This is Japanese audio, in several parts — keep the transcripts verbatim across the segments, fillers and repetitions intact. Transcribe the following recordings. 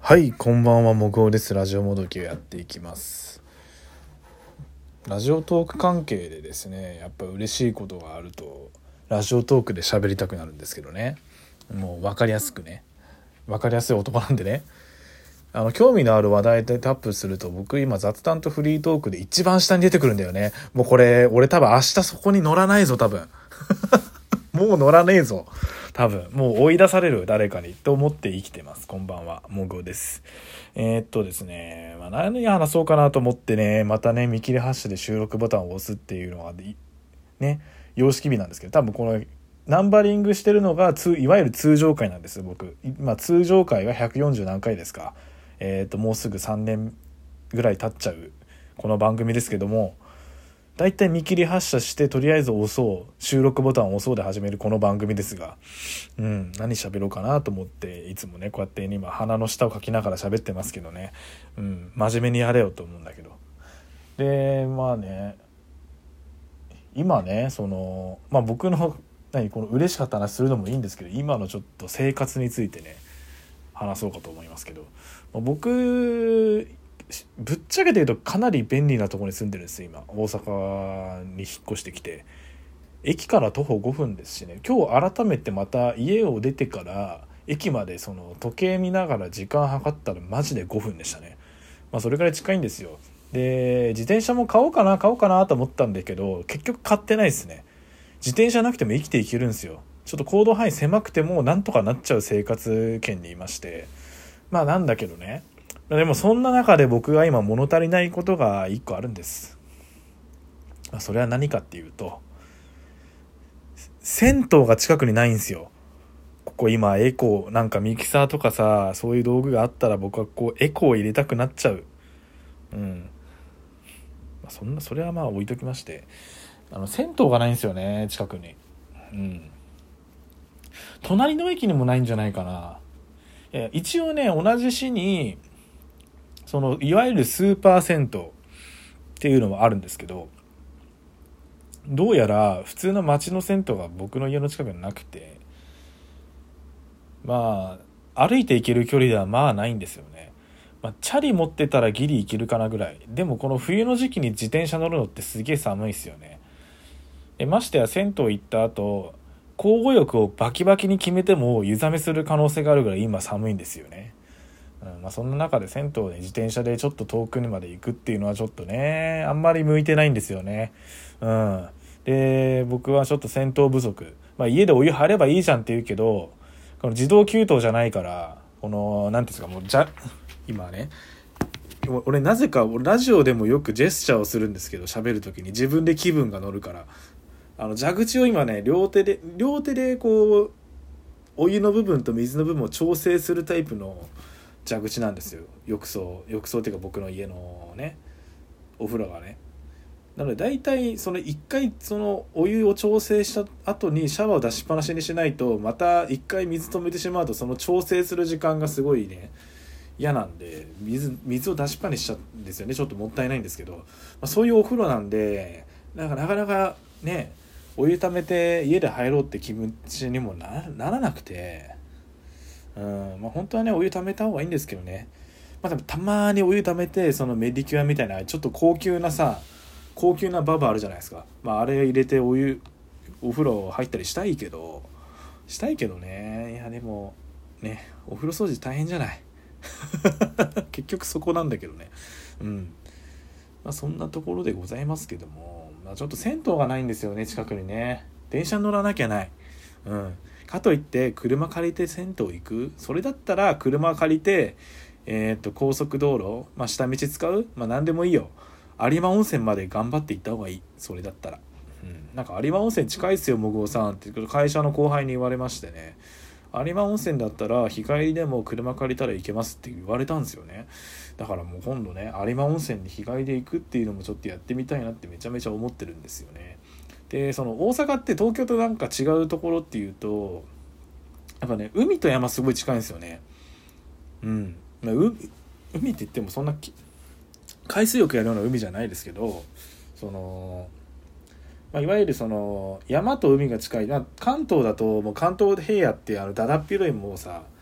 はい、こんばんは、もぐおです。ラジオもどきをやっていきます。ラジオトーク関係でですね、やっぱ嬉しいことがあるとラジオトークで喋りたくなるんですけどね。もう分かりやすくね、分かりやすい男なんでね、あの興味のある話題でタップすると、僕今雑談とフリートークで一番下に出てくるんだよね。もうこれ俺多分明日そこに乗らないぞ、多分もう乗らねえぞ、多分もう追い出される、誰かにと思って生きてます。こんばんは、もぐおです。えー、っとですね、まあ、何話そうかなと思ってね、またね見切り発車で収録ボタンを押すっていうのがね、様式美なんですけど、多分このナンバリングしてるのがついわゆる通常回なんです。僕今通常回がひゃくよんじゅう何回ですか。えー、っともうすぐさんねんぐらい経っちゃうこの番組ですけども、だいたい見切り発車してとりあえず押そう、収録ボタンを押そうで始めるこの番組ですが、うん、何喋ろうかなと思って、いつもねこうやって今鼻の下をかきながら喋ってますけどね、うん、真面目にやれよと思うんだけど。でまあね、今ねそのまあ僕の何この嬉しかった話するのもいいんですけど、今のちょっと生活についてね話そうかと思いますけど、僕ぶっちゃけて言うとかなり便利なところに住んでるんです。今大阪に引っ越してきて、駅から徒歩ごふんですしね。今日改めてまた家を出てから駅までその時計見ながら時間計ったらマジでごふんでしたね。まあそれくらい近いんですよ。で自転車も買おうかな買おうかなと思ったんだけど、結局買ってないですね。自転車なくても生きていけるんですよ。ちょっと行動範囲狭くてもなんとかなっちゃう生活圏にいまして、まあなんだけどね、でもそんな中で僕が今物足りないことが一個あるんです。まあ、それは何かっていうと、銭湯が近くにないんですよ。ここ今エコーなんかミキサーとかさ、そういう道具があったら僕はこうエコーを入れたくなっちゃう。うん、まあ、そんなそれはまあ置いときまして、あの銭湯がないんですよね、近くに。うん、隣の駅にもないんじゃないかな。いや一応ね、同じ市にそのいわゆるスーパー銭湯っていうのもあるんですけど、どうやら普通の町の銭湯が僕の家の近くになくて、まあ歩いて行ける距離ではまあないんですよね。まあ、チャリ持ってたらギリ行けるかなぐらい。でもこの冬の時期に自転車乗るのってすげえ寒いっすよね。えましてや銭湯行った後、交互浴をバキバキに決めても湯冷めする可能性があるぐらい今寒いんですよね。うん、まあ、そんな中で銭湯で自転車でちょっと遠くにまで行くっていうのはちょっとね、あんまり向いてないんですよね。うん。で僕はちょっと銭湯不足、まあ、家でお湯張ればいいじゃんって言うけど、この自動給湯じゃないから、このなんていうんですか、もうじゃ今ね、俺なぜかラジオでもよくジェスチャーをするんですけど、喋る時に自分で気分が乗るから、あの蛇口を今ね両手で両手でこうお湯の部分と水の部分を調整するタイプの蛇口なんですよ。浴槽浴槽っていうか僕の家のねお風呂がね。なので大体その一回そのお湯を調整した後にシャワーを出しっぱなしにしないと、また一回水止めてしまうとその調整する時間がすごいね嫌なんで、水水を出しっぱにしちゃうんですよね。ちょっともったいないんですけど、まあ、そういうお風呂なんで、なんかなかなかねお湯ためて家で入ろうって気持ちにも な, ならなくて、うんまあ本当はねお湯ためた方がいいんですけどね。まあでもたまにお湯ためてそのメディキュアみたいなちょっと高級なさ高級なバブあるじゃないですか。まああれ入れてお湯お風呂入ったりしたいけどしたいけどね。いやでもね、お風呂掃除大変じゃない結局そこなんだけどね。うんまあそんなところでございますけども、まあ、ちょっと銭湯がないんですよね、近くにね。電車乗らなきゃない。うんかといって車借りて銭湯行く、それだったら車借りてえー、っと高速道路、まあ、下道使う、まあ何でもいいよ。有馬温泉まで頑張って行った方がいい、それだったら。うん、なんか有馬温泉近いっすよもぐおさんって会社の後輩に言われましてね、有馬温泉だったら日帰りでも車借りたら行けますって言われたんですよね。だからもう今度ね有馬温泉に日帰りで行くっていうのもちょっとやってみたいなってめちゃめちゃ思ってるんですよね。でその大阪って東京となんか違うところっていうと、やっぱね海と山すごい近いんですよね。うん、まあ、海, 海って言ってもそんな海水浴やるような海じゃないですけど、その、まあ、いわゆるその山と海が近い、まあ、関東だともう関東平野ってあのだだっ広いもうさ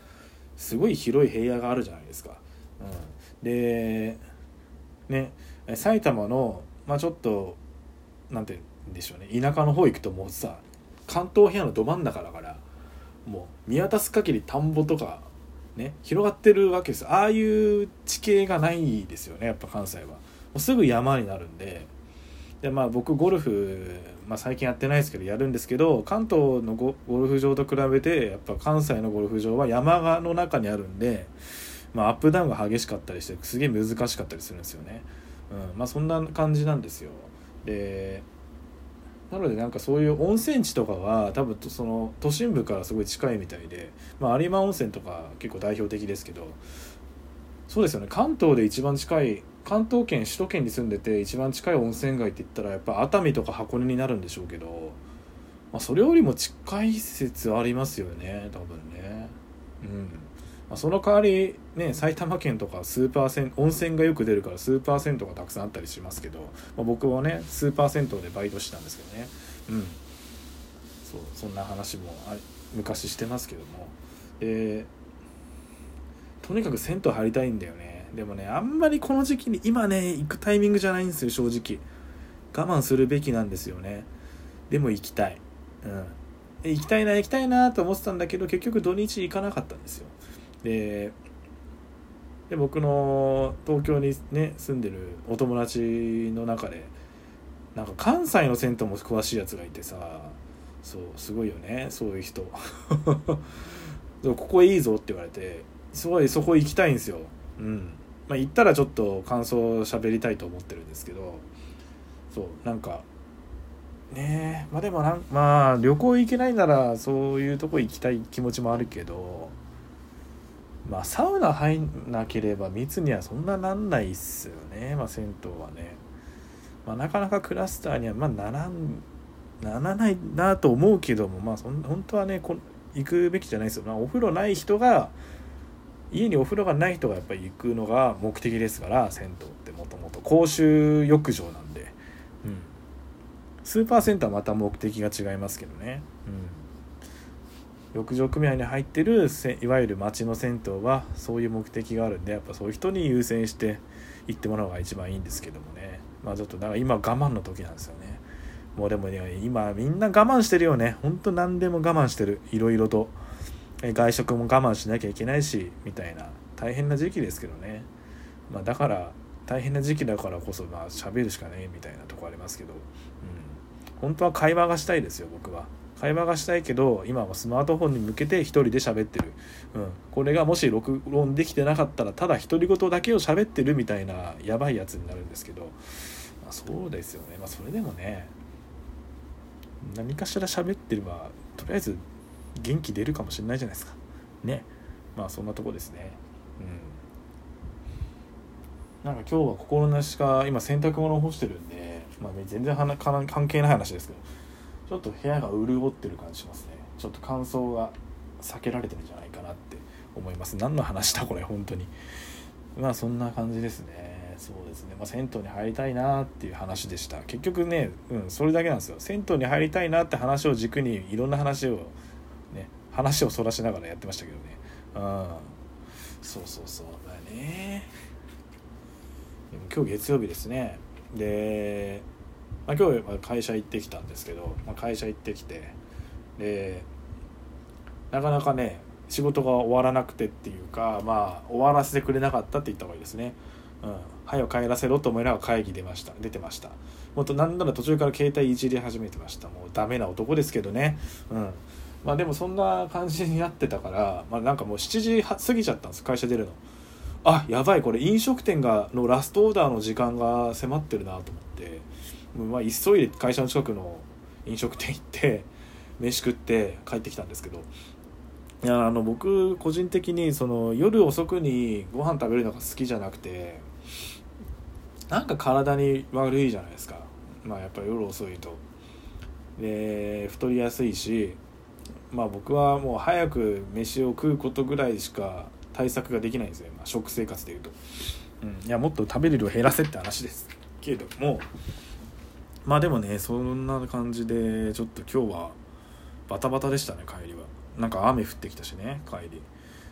すごい広い平野があるじゃないですか、うん、でね埼玉のまあちょっとなんて言うんでしょうね、田舎の方行くともうさ関東平野のど真ん中だからもう見渡す限り田んぼとかね広がってるわけです。ああいう地形がないですよね、やっぱ関西は。もうすぐ山になるんで。でまあ僕ゴルフ、まあ、最近やってないですけどやるんですけど、関東の ゴ, ゴルフ場と比べてやっぱ関西のゴルフ場は山の中にあるんで、まあ、アップダウンが激しかったりしてすげえ難しかったりするんですよね、うん、まあそんな感じなんですよ。でなのでなんかそういう温泉地とかは多分その都心部からすごい近いみたいで、まあ、有馬温泉とか結構代表的ですけど、そうですよね、関東で一番近い関東圏首都圏に住んでて一番近い温泉街って言ったらやっぱ熱海とか箱根になるんでしょうけど、まあ、それよりも近い説ありますよね多分ね。うん、まあ、その代わりね埼玉県とかスーパー銭温泉がよく出るからスーパー銭湯がたくさんあったりしますけど、まあ、僕はねスーパー銭湯でバイトしてたんですけどね、うん、そうそんな話もあ昔してますけども、えー、とにかく銭湯入りたいんだよね。でもねあんまりこの時期に今ね行くタイミングじゃないんですよ正直。我慢するべきなんですよね。でも行きたい、うん、行きたいな行きたいなと思ってたんだけど結局土日行かなかったんですよ。でで僕の東京にね住んでるお友達の中でなんか関西の銭湯も詳しいやつがいてさ、そうすごいよねそういう人ここいいぞって言われてすごいそこ行きたいんですよ。うん、まあ行ったらちょっと感想を喋りたいと思ってるんですけど、そうなんかねえまあでもなんまあ旅行行けないならそういうとこ行きたい気持ちもあるけど、まあサウナ入んなければ密にはそんななんないっすよね、まあ銭湯はね。まあ、なかなかクラスターにはまあならんならないなと思うけども、まあそん本当はねこ行くべきじゃないですよ。まあ、お風呂ない人が家にお風呂がない人がやっぱり行くのが目的ですから、銭湯ってもともと公衆浴場なんで、うん、スーパー銭湯はまた目的が違いますけどね、うん、浴場組合に入ってるいわゆる町の銭湯はそういう目的があるんで、やっぱそういう人に優先して行ってもらうのが一番いいんですけどもね。まあちょっとだから今我慢の時なんですよね。もうでもね今みんな我慢してるよね。ほんと何でも我慢してる、いろいろと外食も我慢しなきゃいけないしみたいな大変な時期ですけどね。まあだから大変な時期だからこそまあ喋るしかねえみたいなとこありますけど、うん、本当は会話がしたいですよ僕は。会話がしたいけど今はスマートフォンに向けて一人で喋ってる、うん、これがもし録音できてなかったらただ独り言だけを喋ってるみたいなやばいやつになるんですけど、まあ、そうですよね。まあそれでもね何かしら喋ってればとりあえず元気出るかもしれないじゃないですかね。まあそんなとこですね。うんなんか今日は心なしか今洗濯物を干してるんで、まあ、全然関係ない話ですけどちょっと部屋が潤ってる感じしますね。ちょっと乾燥が避けられてるんじゃないかなって思います。何の話だこれ本当に。まあそんな感じですね。そうですね、まあ、銭湯に入りたいなっていう話でした。結局ね、うん、それだけなんですよ。銭湯に入りたいなって話を軸にいろんな話をね話をそらしながらやってましたけどね。うんそうそうそうだね。今日月曜日ですね。で、まあ、今日会社行ってきたんですけど、まあ、会社行ってきてでなかなかね仕事が終わらなくてっていうかまあ終わらせてくれなかったって言った方がいいですね。うん、早く帰らせろと思いながら会議出ました出てました。もっとなんなら途中から携帯いじり始めてました。もうダメな男ですけどね。うんまあでもそんな感じになってたから、まあ、なんかもうしちじ過ぎちゃったんです会社出るの。あやばいこれ飲食店がのラストオーダーの時間が迫ってるなと思って、まあ、急いで会社の近くの飲食店行って飯食って帰ってきたんですけど、いやあの僕個人的にその夜遅くにご飯食べるのが好きじゃなくてなんか体に悪いじゃないですか。まあやっぱり夜遅いとで太りやすいし、まあ僕はもう早く飯を食うことぐらいしか対策ができないんですよ、まあ、食生活でいうと、うん、いやもっと食べる量減らせって話ですけども、まあでもねそんな感じでちょっと今日はバタバタでしたね帰りは。なんか雨降ってきたしね帰り、まあ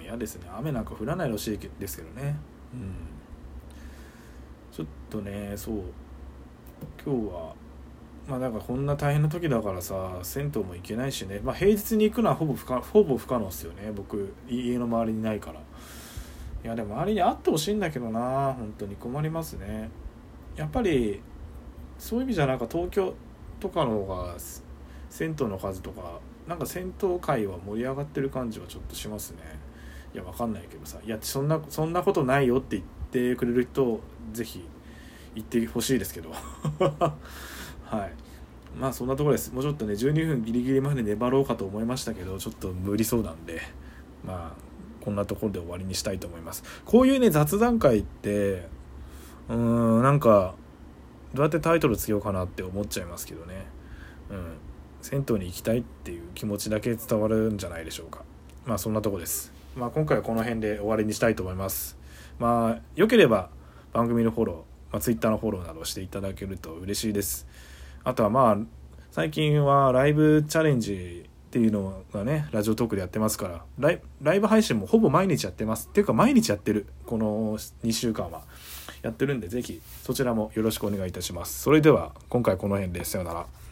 嫌ですね。雨なんか降らないらしいですけどね。うん。ちょっとね、そう今日はまあなんかこんな大変な時だからさ、銭湯も行けないしね。まあ平日に行くのはほぼ不可ほぼ不可能ですよね。僕家の周りにないから。いやでも周りにあってほしいんだけどな、本当に困りますね。やっぱりそういう意味じゃなんか東京とかの方が銭湯の数とかなんか銭湯界は盛り上がってる感じはちょっとしますね。いやわかんないけどさ、いやそんなそんなことないよって言ってくれる人ぜひ言ってほしいですけどはいまあそんなところです。もうちょっとねじゅうにふんギリギリまで粘ろうかと思いましたけどちょっと無理そうなんで、まあこんなところで終わりにしたいと思います。こういうね雑談会ってうーんなんかどうやってタイトルつけようかなって思っちゃいますけどね。うん銭湯に行きたいっていう気持ちだけ伝わるんじゃないでしょうか。まあそんなとこです。まあ今回はこの辺で終わりにしたいと思います。まあ良ければ番組のフォロー、まあ、Twitter のフォローなどしていただけると嬉しいです。あとはまあ最近はライブチャレンジっていうのがねラジオトークでやってますからライ、ライブ配信もほぼ毎日やってますっていうか毎日やってる。このにしゅうかんはやってるんでぜひそちらもよろしくお願いいたします。それでは今回この辺でさよなら。